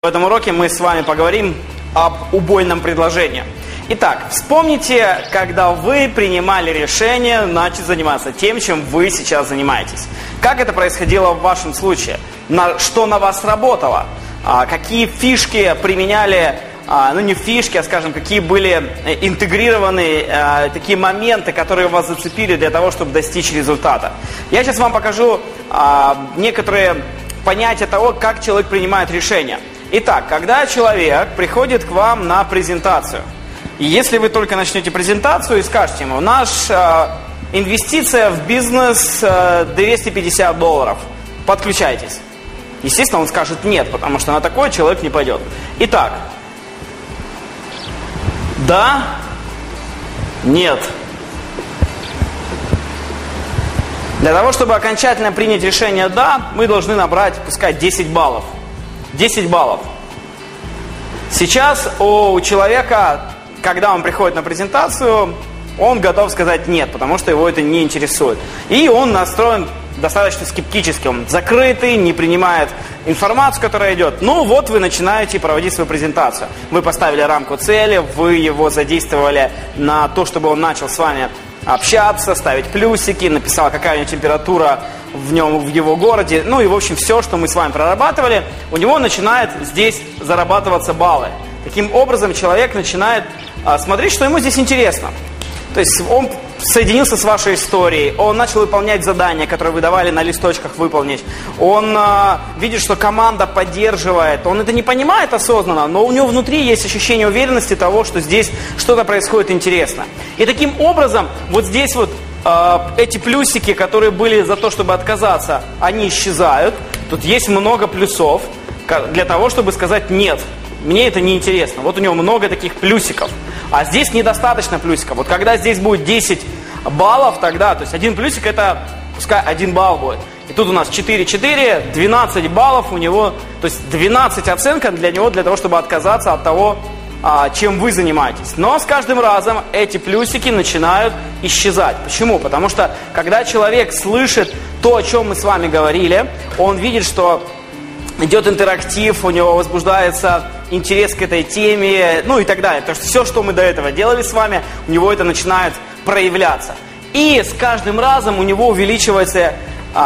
В этом уроке мы с вами поговорим об убойном предложении. Итак, вспомните, когда вы принимали решение начать заниматься тем, чем вы сейчас занимаетесь. Как это происходило в вашем случае? Что на вас работало? Какие фишки применяли, не фишки, а скажем, какие были интегрированы такие моменты, которые вас зацепили для того, чтобы достичь результата. Я сейчас вам покажу некоторые понятия того, как человек принимает решения. Итак, когда человек приходит к вам на презентацию, и если вы только начнете презентацию и скажете ему, наша инвестиция в бизнес $250, подключайтесь. Естественно, он скажет нет, потому что на такое человек не пойдет. Итак, да, нет. Для того, чтобы окончательно принять решение «да», мы должны набрать, пускай, 10 баллов. 10 баллов. Сейчас у человека, когда он приходит на презентацию, он готов сказать «нет», потому что его это не интересует. И он настроен достаточно скептически, он закрытый, не принимает информацию, которая идет. Ну вот вы начинаете проводить свою презентацию. Вы поставили рамку цели, вы его задействовали на то, чтобы он начал с вами общаться, ставить плюсики, написал, какая у него температура в его городе. Ну и в общем все, что мы с вами прорабатывали, у него начинает здесь зарабатываться баллы. Таким образом человек начинает смотреть, что ему здесь интересно. То есть он соединился с вашей историей, он начал выполнять задания, которые вы давали на листочках выполнить. Он видит, что команда поддерживает. Он это не понимает осознанно, но у него внутри есть ощущение уверенности того, что здесь что-то происходит интересно. И таким образом, вот здесь вот эти плюсики, которые были за то, чтобы отказаться, они исчезают. Тут есть много плюсов для того, чтобы сказать «нет». Мне это не интересно. Вот у него много таких плюсиков. А здесь недостаточно плюсиков. Вот когда здесь будет 10 баллов, тогда, то есть один плюсик это, пускай 1 балл будет. И тут у нас 4, 12 баллов у него, то есть 12 оценка для него, для того, чтобы отказаться от того, чем вы занимаетесь. Но с каждым разом эти плюсики начинают исчезать. Почему? Потому что когда человек слышит то, о чем мы с вами говорили, он видит, что идет интерактив, у него возбуждается интерес к этой теме, ну и так далее. Потому что все, что мы до этого делали с вами, у него это начинает проявляться. И с каждым разом у него увеличивается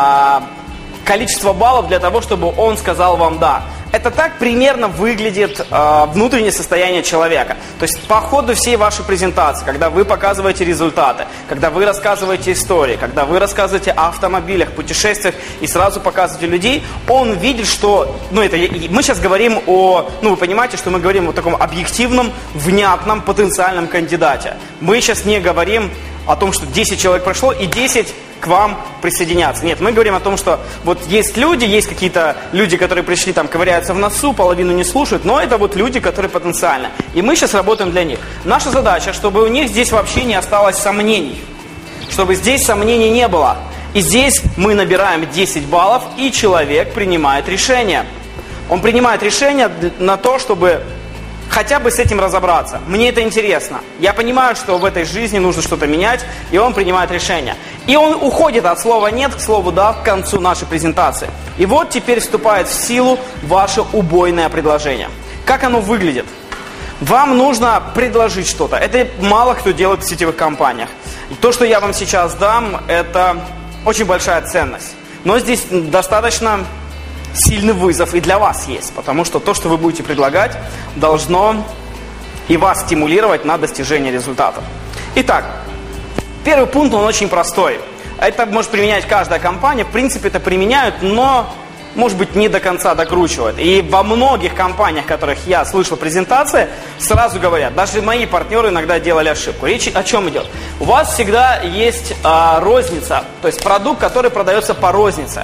количество баллов для того, чтобы он сказал вам «да». Это так примерно выглядит внутреннее состояние человека. То есть по ходу всей вашей презентации, когда вы показываете результаты, когда вы рассказываете истории, когда вы рассказываете о автомобилях, путешествиях и сразу показываете людей, он видит, что... мы сейчас говорим вы понимаете, что мы говорим о таком объективном, внятном, потенциальном кандидате. Мы сейчас не говорим о том, что 10 человек прошло и 10 к вам присоединятся. Нет, мы говорим о том, что вот есть люди, есть какие-то люди, которые пришли, там, ковыряются в носу, половину не слушают, но это вот люди, которые потенциально. И мы сейчас работаем для них. Наша задача, чтобы у них здесь вообще не осталось сомнений. Чтобы здесь сомнений не было. И здесь мы набираем 10 баллов, и человек принимает решение. Он принимает решение на то, чтобы хотя бы с этим разобраться. Мне это интересно. Я понимаю, что в этой жизни нужно что-то менять, и он принимает решение. И он уходит от слова «нет» к слову «да» к концу нашей презентации. И вот теперь вступает в силу ваше убойное предложение. Как оно выглядит? Вам нужно предложить что-то. Это мало кто делает в сетевых компаниях. И то, что я вам сейчас дам, это очень большая ценность. Но здесь достаточно сильный вызов и для вас есть, потому что то, что вы будете предлагать, должно и вас стимулировать на достижение результатов. Итак, первый пункт, он очень простой. Это может применять каждая компания, в принципе это применяют, но, может быть, не до конца докручивают. И во многих компаниях, в которых я слышал презентации, сразу говорят, даже мои партнеры иногда делали ошибку. Речь о чем идет? У вас всегда есть розница, то есть продукт, который продается по рознице.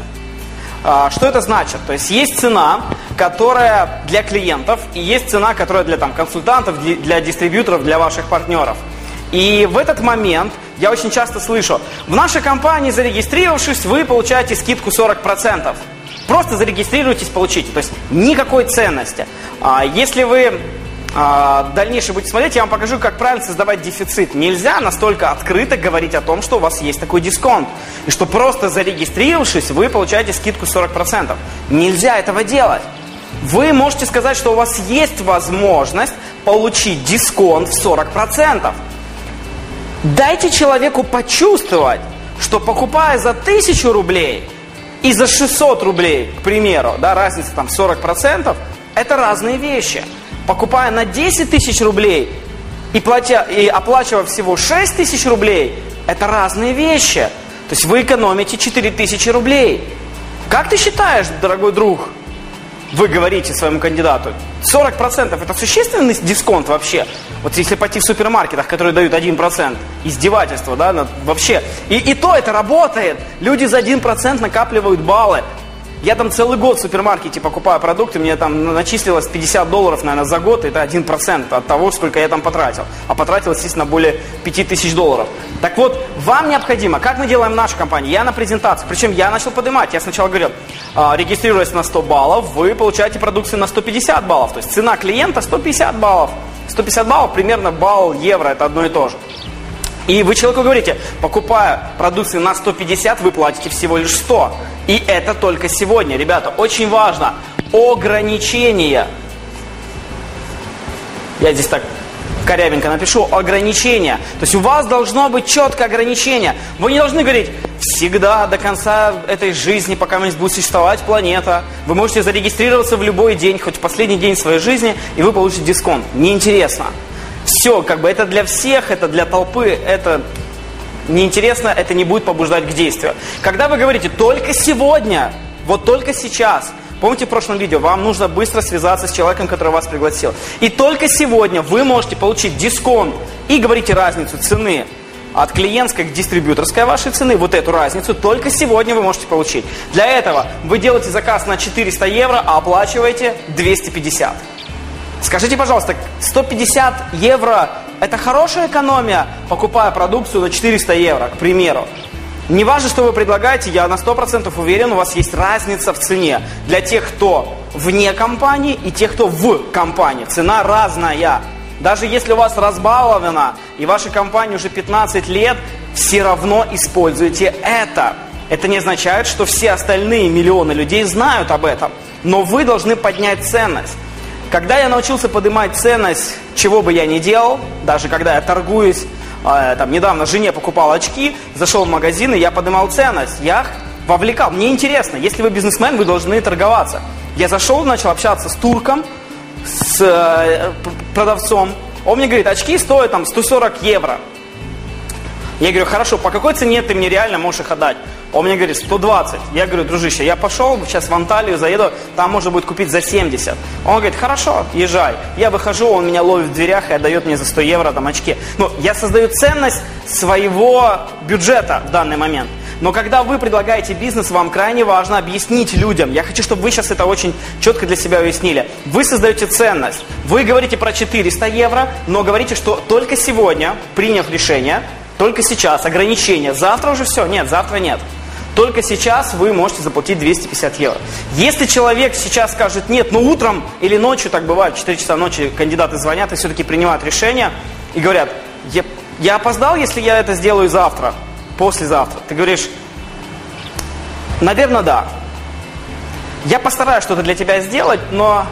Что это значит? То есть есть цена, которая для клиентов, и есть цена, которая для консультантов, для дистрибьюторов, для ваших партнеров. И в этот момент я очень часто слышу, в нашей компании, зарегистрировавшись, вы получаете скидку 40%. Просто зарегистрируйтесь, получите. То есть никакой ценности. Если вы дальнейшее будете смотреть, я вам покажу, как правильно создавать дефицит. Нельзя настолько открыто говорить о том, что у вас есть такой дисконт. И что просто зарегистрировавшись, вы получаете скидку 40%. Нельзя этого делать. Вы можете сказать, что у вас есть возможность получить дисконт в 40%. Дайте человеку почувствовать, что покупая за 1000 рублей и за 600 рублей, к примеру, да, разница там 40%, это разные вещи. Покупая на 10 тысяч рублей и оплачивая всего 6 тысяч рублей, это разные вещи. То есть вы экономите 4000 рублей. Как ты считаешь, дорогой друг, вы говорите своему кандидату, 40% это существенный дисконт вообще? Вот если пойти в супермаркетах, которые дают 1%, издевательство, да, вообще. И то это работает. Люди за 1% накапливают баллы. Я там целый год в супермаркете покупаю продукты, мне там начислилось $50, наверное, за год, это 1% от того, сколько я там потратил. А потратил, естественно, более $5000. Так вот, вам необходимо, как мы делаем в нашей компании, я на презентации, причем я начал поднимать, я сначала говорил, регистрируясь на 100 баллов, вы получаете продукцию на 150 баллов, то есть цена клиента 150 баллов. 150 баллов, примерно балл евро, это одно и то же. И вы человеку говорите, покупая продукцию на 150, вы платите всего лишь 100. И это только сегодня, ребята, очень важно. Ограничения. Я здесь так корявенько напишу. Ограничения. То есть у вас должно быть четкое ограничение. Вы не должны говорить, всегда до конца этой жизни, пока будет существовать планета, вы можете зарегистрироваться в любой день, хоть в последний день своей жизни, и вы получите дисконт. Неинтересно. Все, как бы это для всех, это для толпы, это неинтересно, это не будет побуждать к действию. Когда вы говорите только сегодня, вот только сейчас, помните в прошлом видео, вам нужно быстро связаться с человеком, который вас пригласил. И только сегодня вы можете получить дисконт и говорите разницу цены от клиентской к дистрибьюторской вашей цены, вот эту разницу только сегодня вы можете получить. Для этого вы делаете заказ на 400 евро, а оплачиваете 250. Скажите, пожалуйста, 150 евро – это хорошая экономия, покупая продукцию на 400 евро, к примеру? Не важно, что вы предлагаете, я на 100% уверен, у вас есть разница в цене для тех, кто вне компании и тех, кто в компании. Цена разная. Даже если у вас разбаловано и вашей компании уже 15 лет, все равно используйте это. Это не означает, что все остальные миллионы людей знают об этом, но вы должны поднять ценность. Когда я научился поднимать ценность, чего бы я ни делал, даже когда я торгуюсь, там недавно жене покупал очки, зашел в магазин, и я поднимал ценность, я вовлекал. Мне интересно, если вы бизнесмен, вы должны торговаться. Я зашел, начал общаться с турком, с продавцом. Он мне говорит, очки стоят там 140 евро. Я говорю, хорошо, по какой цене ты мне реально можешь их отдать? Он мне говорит, 120. Я говорю, дружище, я пошел, сейчас в Анталию заеду, там можно будет купить за 70. Он говорит, хорошо, езжай. Я выхожу, он меня ловит в дверях и отдает мне за 100 евро там очки. Ну, я создаю ценность своего бюджета в данный момент. Но когда вы предлагаете бизнес, вам крайне важно объяснить людям. Я хочу, чтобы вы сейчас это очень четко для себя уяснили. Вы создаете ценность. Вы говорите про 400 евро, но говорите, что только сегодня, приняв решение, только сейчас, ограничение. Завтра уже все? Нет, завтра нет. Только сейчас вы можете заплатить 250 евро. Если человек сейчас скажет нет, но утром или ночью, так бывает, в 4 часа ночи кандидаты звонят и все-таки принимают решение и говорят, я опоздал, если я это сделаю завтра, послезавтра. Ты говоришь, наверное, да. Я постараюсь что-то для тебя сделать, но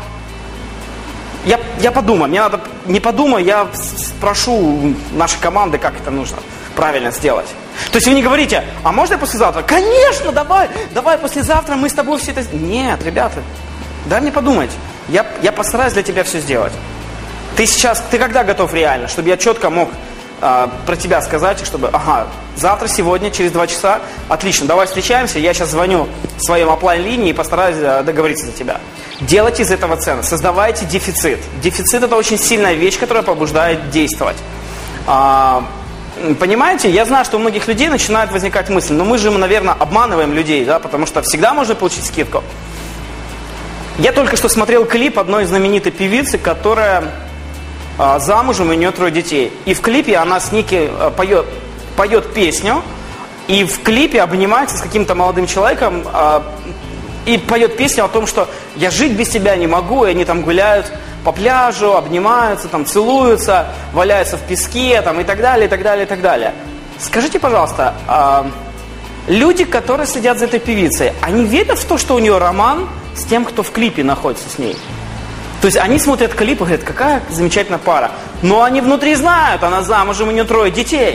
я подумаю. Мне надо, не подумаю, я спрошу нашей команды, как это нужно правильно сделать. То есть вы не говорите, а можно я послезавтра? Конечно, давай послезавтра мы с тобой все это... Нет, ребята, дай мне подумать. Я постараюсь для тебя все сделать. Ты когда готов реально, чтобы я четко мог про тебя сказать, чтобы, завтра, сегодня, через 2 часа, отлично, давай встречаемся, я сейчас звоню своим оплайн-линии и постараюсь договориться за тебя. Делайте из этого ценность, создавайте дефицит. Дефицит – это очень сильная вещь, которая побуждает действовать. Понимаете, я знаю, что у многих людей начинает возникать мысль, но мы же, наверное, обманываем людей, да, потому что всегда можно получить скидку. Я только что смотрел клип одной знаменитой певицы, которая замужем, и у нее 3 детей. И в клипе она с Ники поет песню, и в клипе обнимается с каким-то молодым человеком и поет песню о том, что я жить без тебя не могу, и они там гуляют по пляжу, обнимаются, там целуются, валяются в песке, там, и так далее, и так далее, и так далее. Скажите, пожалуйста, люди, которые следят за этой певицей, они верят в то, что у нее роман, с тем, кто в клипе находится с ней. То есть они смотрят клип и говорят, какая замечательная пара. Но они внутри знают, она замужем, у нее 3 детей.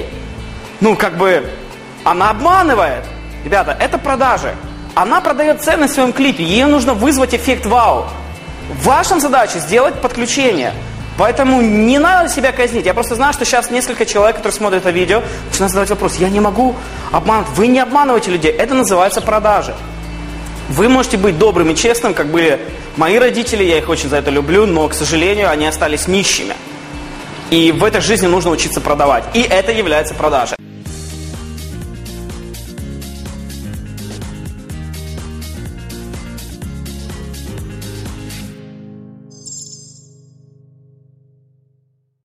Она обманывает. Ребята, это продажи. Она продает ценность в своем клипе, ей нужно вызвать эффект вау. Ваша задача сделать подключение. Поэтому не надо себя казнить. Я просто знаю, что сейчас несколько человек, которые смотрят это видео, начинают задавать вопрос, я не могу обманывать. Вы не обманываете людей, это называется продажи. Вы можете быть добрым и честным, как были мои родители, я их очень за это люблю, но, к сожалению, они остались нищими. И в этой жизни нужно учиться продавать. И это является продажей.